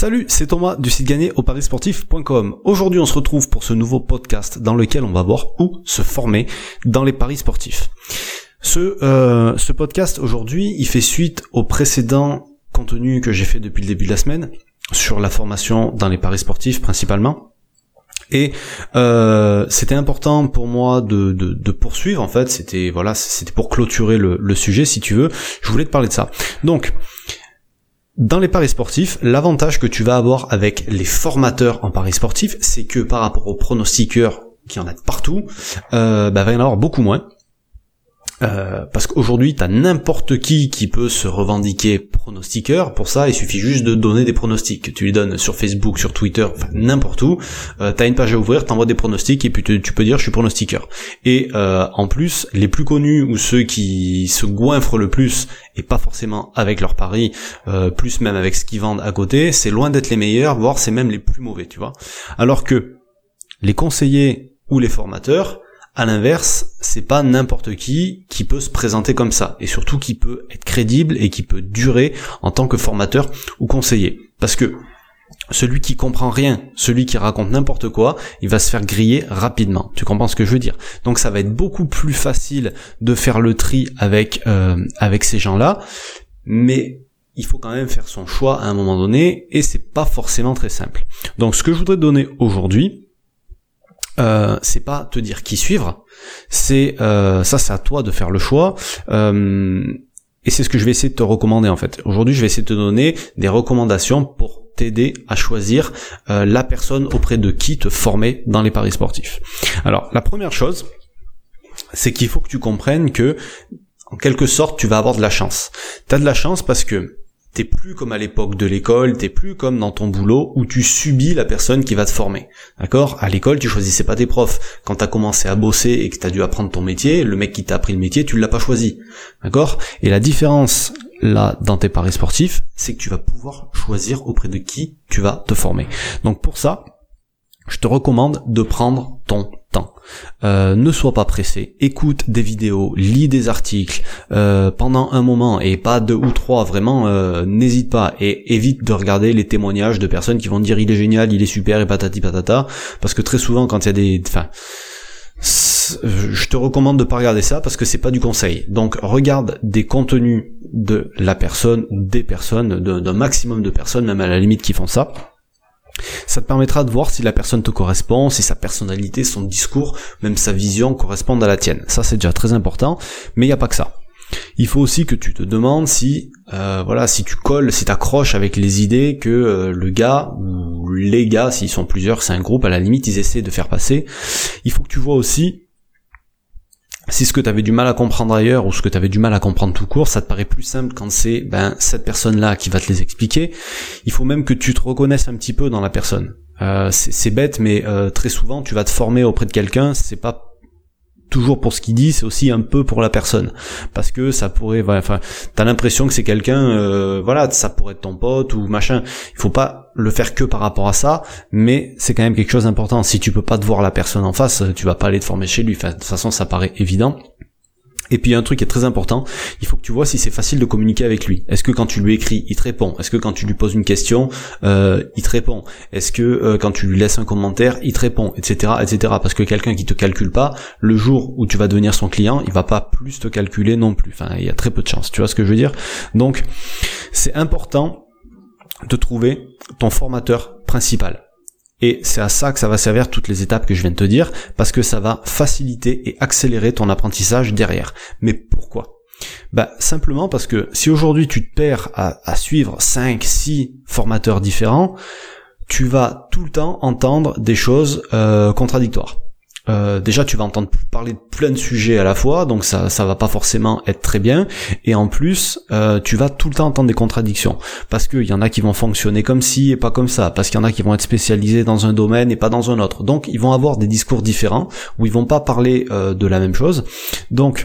Salut, c'est Thomas du site gagner-au-paris-sportif.com. Aujourd'hui, on se retrouve pour ce nouveau podcast dans lequel on va voir où se former dans les paris sportifs. Ce podcast aujourd'hui, il fait suite au précédent contenu que j'ai fait depuis le début de la semaine sur la formation dans les paris sportifs principalement. Et c'était important pour moi de poursuivre en fait. C'était pour clôturer le sujet si tu veux. Je voulais te parler de ça. Donc dans les paris sportifs, l'avantage que tu vas avoir avec les formateurs en paris sportifs, c'est que par rapport aux pronostiqueurs qui en a partout, va y en avoir beaucoup moins. Parce qu'aujourd'hui, t'as n'importe qui peut se revendiquer pronostiqueur. Pour ça, il suffit juste de donner des pronostics. Tu lui donnes sur Facebook, sur Twitter, enfin n'importe où. T'as une page à ouvrir, t'envoies des pronostics et puis tu peux dire je suis pronostiqueur. Et en plus, les plus connus ou ceux qui se goinfrent le plus, et pas forcément avec leurs paris, plus même avec ce qu'ils vendent à côté, c'est loin d'être les meilleurs, voire c'est même les plus mauvais, tu vois. Alors que les conseillers ou les formateurs, à l'inverse, c'est pas n'importe qui peut se présenter comme ça, et surtout qui peut être crédible et qui peut durer en tant que formateur ou conseiller. Parce que celui qui comprend rien, celui qui raconte n'importe quoi, il va se faire griller rapidement. Tu comprends ce que je veux dire? Donc ça va être beaucoup plus facile de faire le tri avec ces gens-là, mais il faut quand même faire son choix à un moment donné, et c'est pas forcément très simple. Donc ce que je voudrais te donner aujourd'hui, c'est pas te dire qui suivre, c'est à toi de faire le choix, et c'est ce que je vais essayer de te recommander en fait. Aujourd'hui, je vais essayer de te donner des recommandations pour t'aider à choisir la personne auprès de qui te former dans les paris sportifs. Alors, la première chose, c'est qu'il faut que tu comprennes que, en quelque sorte, tu vas avoir de la chance. T'as de la chance parce que t'es plus comme à l'époque de l'école, t'es plus comme dans ton boulot où tu subis la personne qui va te former. D'accord? À l'école, tu choisissais pas tes profs. Quand t'as commencé à bosser et que t'as dû apprendre ton métier, le mec qui t'a appris le métier, tu l'as pas choisi. D'accord? Et la différence, là, dans tes paris sportifs, c'est que tu vas pouvoir choisir auprès de qui tu vas te former. Donc pour ça, je te recommande de prendre ton temps. Ne sois pas pressé, écoute des vidéos, lis des articles pendant un moment et pas 2 ou 3, vraiment n'hésite pas et évite de regarder les témoignages de personnes qui vont te dire il est génial, il est super et patati patata, parce que très souvent quand il y a je te recommande de pas regarder ça parce que c'est pas du conseil. Donc regarde des contenus de la personne ou des personnes, d'un maximum de personnes, même à la limite qui font ça. Ça te permettra de voir si la personne te correspond, si sa personnalité, son discours, même sa vision correspondent à la tienne. Ça, c'est déjà très important, mais il n'y a pas que ça. Il faut aussi que tu te demandes si tu colles, si tu accroches avec les idées que le gars, ou les gars, s'ils sont plusieurs, c'est un groupe, à la limite, ils essaient de faire passer. Il faut que tu vois aussi si ce que tu avais du mal à comprendre ailleurs ou ce que tu avais du mal à comprendre tout court, ça te paraît plus simple quand c'est cette personne-là qui va te les expliquer. Il faut même que tu te reconnaisses un petit peu dans la personne. C'est bête, mais très souvent tu vas te former auprès de quelqu'un, c'est pas toujours pour ce qu'il dit, c'est aussi un peu pour la personne, parce que ça pourrait, t'as l'impression que c'est quelqu'un, ça pourrait être ton pote ou machin. Il faut pas le faire que par rapport à ça, mais c'est quand même quelque chose d'important. Si tu peux pas te voir la personne en face, tu vas pas aller te former chez lui. De toute façon, ça paraît évident. Et puis il y a un truc qui est très important, il faut que tu vois si c'est facile de communiquer avec lui. Est-ce que quand tu lui écris, il te répond? Est-ce que quand tu lui poses une question, il te répond? Est-ce que quand tu lui laisses un commentaire, il te répond, etc., etc. Parce que quelqu'un qui te calcule pas, le jour où tu vas devenir son client, il va pas plus te calculer non plus. Enfin, il y a très peu de chance, tu vois ce que je veux dire? Donc, c'est important de trouver ton formateur principal. Et c'est à ça que ça va servir toutes les étapes que je viens de te dire, parce que ça va faciliter et accélérer ton apprentissage derrière. Mais pourquoi? Simplement parce que si aujourd'hui tu te perds à suivre 5, 6 formateurs différents, tu vas tout le temps entendre des choses contradictoires. Déjà tu vas entendre parler de plein de sujets à la fois, donc ça va pas forcément être très bien, et en plus tu vas tout le temps entendre des contradictions, parce qu'il y en a qui vont fonctionner comme ci et pas comme ça, parce qu'il y en a qui vont être spécialisés dans un domaine et pas dans un autre, donc ils vont avoir des discours différents, où ils vont pas parler de la même chose, donc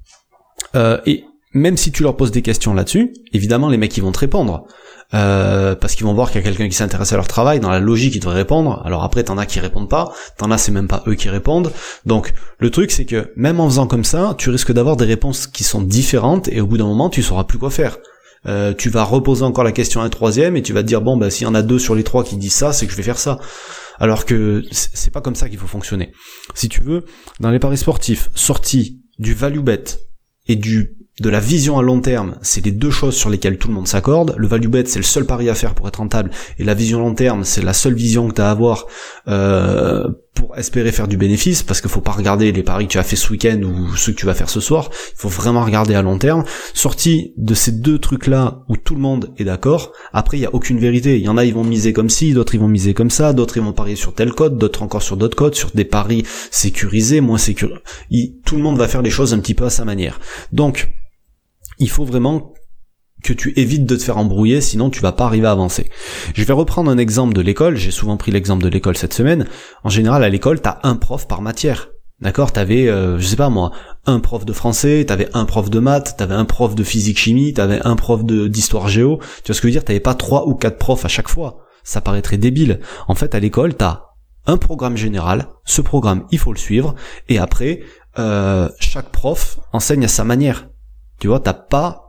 et même si tu leur poses des questions là-dessus, évidemment les mecs ils vont te répondre, parce qu'ils vont voir qu'il y a quelqu'un qui s'intéresse à leur travail, dans la logique ils devraient répondre. Alors après t'en as qui répondent pas, t'en as c'est même pas eux qui répondent. Donc le truc c'est que même en faisant comme ça, tu risques d'avoir des réponses qui sont différentes et au bout d'un moment tu sauras plus quoi faire. tu vas reposer encore la question à un troisième et tu vas te dire bon bah s'il y en a 2 sur les 3 qui disent ça, c'est que je vais faire ça. Alors que c'est pas comme ça qu'il faut fonctionner. Si tu veux, dans les paris sportifs, sorti du value bet et de la vision à long terme, c'est les 2 choses sur lesquelles tout le monde s'accorde. Le value bet, c'est le seul pari à faire pour être rentable, et la vision long terme, c'est la seule vision que tu as à avoir pour espérer faire du bénéfice, parce qu'il faut pas regarder les paris que tu as fait ce week-end ou ceux que tu vas faire ce soir, il faut vraiment regarder à long terme. Sorti de ces 2 trucs-là où tout le monde est d'accord, après il y a aucune vérité. Il y en a, ils vont miser comme ci, d'autres ils vont miser comme ça, d'autres ils vont parier sur tel code, d'autres encore sur d'autres codes, sur des paris sécurisés, moins sécurisés. Tout le monde va faire les choses un petit peu à sa manière. Donc, il faut vraiment que tu évites de te faire embrouiller, sinon tu vas pas arriver à avancer. Je vais reprendre un exemple de l'école, j'ai souvent pris l'exemple de l'école cette semaine. En général, à l'école, t'as un prof par matière. D'accord, t'avais, je sais pas moi, un prof de français, t'avais un prof de maths, t'avais un prof de physique-chimie, t'avais un prof d'histoire géo. Tu vois ce que je veux dire? T'avais pas 3 ou 4 profs à chaque fois. Ça paraîtrait débile. En fait, à l'école, t'as un programme général. Ce programme, il faut le suivre. Et après, chaque prof enseigne à sa manière. Tu vois, t'as pas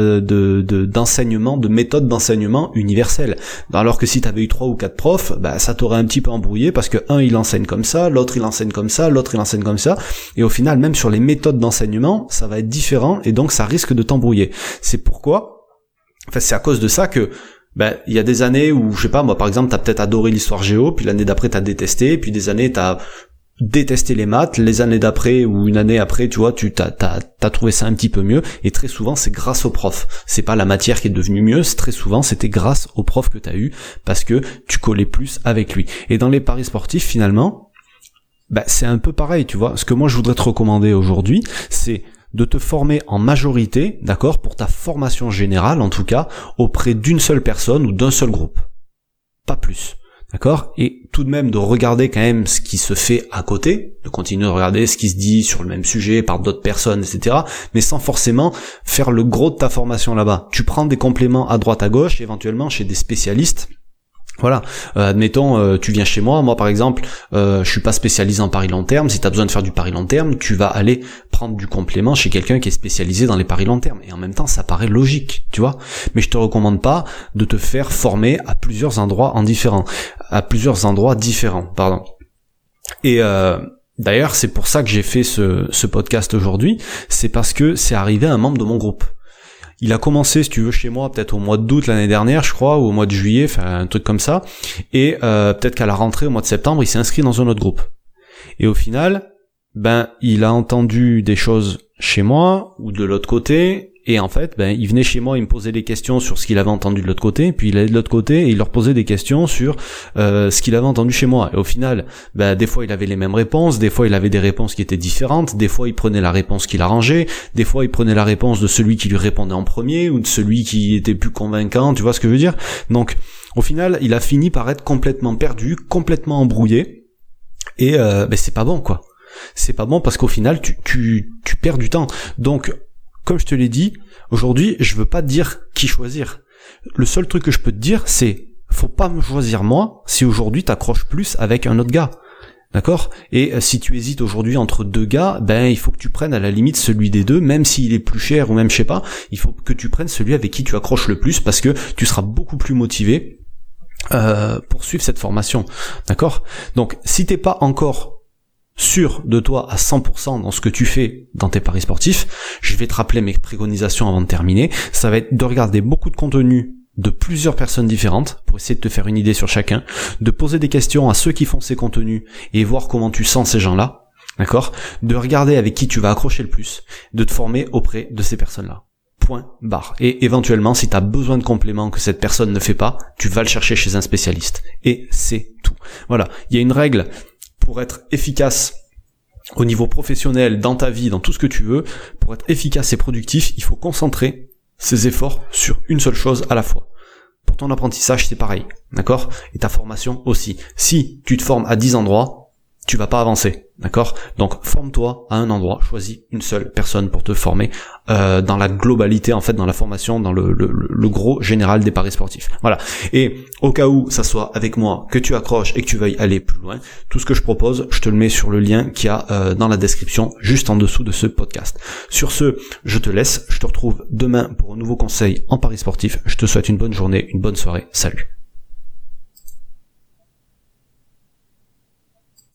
d'enseignement, de méthode d'enseignement universelle. Alors que si t'avais eu 3 ou 4 profs, bah, ça t'aurait un petit peu embrouillé parce que un, il enseigne comme ça, l'autre, il enseigne comme ça, l'autre, il enseigne comme ça. Et au final, même sur les méthodes d'enseignement, ça va être différent et donc ça risque de t'embrouiller. C'est pourquoi, enfin, c'est à cause de ça que, il y a des années où, je sais pas, moi, par exemple, t'as peut-être adoré l'histoire géo, puis l'année d'après, t'as détesté, puis des années, t'as détester les maths, les années d'après ou une année après, tu vois, t'as trouvé ça un petit peu mieux, et très souvent c'est grâce au prof. C'est pas la matière qui est devenue mieux, très souvent c'était grâce au prof que t'as eu, parce que tu collais plus avec lui. Et dans les paris sportifs, finalement, c'est un peu pareil, tu vois. Ce que moi je voudrais te recommander aujourd'hui, c'est de te former en majorité, d'accord, pour ta formation générale en tout cas, auprès d'une seule personne ou d'un seul groupe. Pas plus. D'accord? Et tout de même de regarder quand même ce qui se fait à côté, de continuer de regarder ce qui se dit sur le même sujet par d'autres personnes, etc. Mais sans forcément faire le gros de ta formation là-bas. Tu prends des compléments à droite à gauche, éventuellement chez des spécialistes. Voilà, admettons, tu viens chez moi par exemple, je suis pas spécialisé en paris long terme. Si tu as besoin de faire du pari long terme, tu vas aller prendre du complément chez quelqu'un qui est spécialisé dans les paris long terme. Et en même temps, ça paraît logique, tu vois. Mais je te recommande pas de te faire former à plusieurs endroits différents. Et d'ailleurs, c'est pour ça que j'ai fait ce podcast aujourd'hui. C'est parce que c'est arrivé à un membre de mon groupe. Il a commencé, si tu veux, chez moi, peut-être au mois d'août l'année dernière, je crois, ou au mois de juillet, enfin un truc comme ça. Et peut-être qu'à la rentrée, au mois de septembre, il s'est inscrit dans un autre groupe. Et au final, il a entendu des choses chez moi ou de l'autre côté. Et en fait, il venait chez moi, il me posait des questions sur ce qu'il avait entendu de l'autre côté, puis il allait de l'autre côté et il leur posait des questions sur ce qu'il avait entendu chez moi. Et au final, des fois il avait les mêmes réponses, des fois il avait des réponses qui étaient différentes, des fois il prenait la réponse qu'il arrangeait, des fois il prenait la réponse de celui qui lui répondait en premier ou de celui qui était plus convaincant, tu vois ce que je veux dire? Donc, au final, il a fini par être complètement perdu, complètement embrouillé, et c'est pas bon, quoi. C'est pas bon parce qu'au final, tu perds du temps. Donc, comme je te l'ai dit, aujourd'hui, je veux pas te dire qui choisir. Le seul truc que je peux te dire, c'est, faut pas me choisir moi si aujourd'hui t'accroches plus avec un autre gars. D'accord? Et si tu hésites aujourd'hui entre 2 gars, il faut que tu prennes à la limite celui des 2, même s'il est plus cher ou même je sais pas, il faut que tu prennes celui avec qui tu accroches le plus parce que tu seras beaucoup plus motivé pour suivre cette formation. D'accord? Donc, si t'es pas encore sûr de toi à 100% dans ce que tu fais dans tes paris sportifs, je vais te rappeler mes préconisations avant de terminer. Ça va être de regarder beaucoup de contenu de plusieurs personnes différentes pour essayer de te faire une idée sur chacun, de poser des questions à ceux qui font ces contenus et voir comment tu sens ces gens-là, d'accord? De regarder avec qui tu vas accrocher le plus, de te former auprès de ces personnes-là. Point barre. Et éventuellement, si tu as besoin de compléments que cette personne ne fait pas, tu vas le chercher chez un spécialiste. Et c'est tout. Voilà. Il y a une règle pour être efficace au niveau professionnel, dans ta vie, dans tout ce que tu veux. Pour être efficace et productif, il faut concentrer ses efforts sur une seule chose à la fois. Pour ton apprentissage, c'est pareil, d'accord? Et ta formation aussi. Si tu te formes à 10 endroits, tu vas pas avancer, D'accord? Donc forme-toi à un endroit, choisis une seule personne pour te former dans la globalité, en fait, dans la formation, dans le gros général des paris sportifs. Voilà. Et au cas où ça soit avec moi que tu accroches et que tu veuilles aller plus loin, tout ce que je propose, je te le mets sur le lien qu'il y a dans la description, juste en dessous de ce podcast. Sur ce, je te laisse, je te retrouve demain pour un nouveau conseil en paris sportif. Je te souhaite une bonne journée, une bonne soirée. Salut.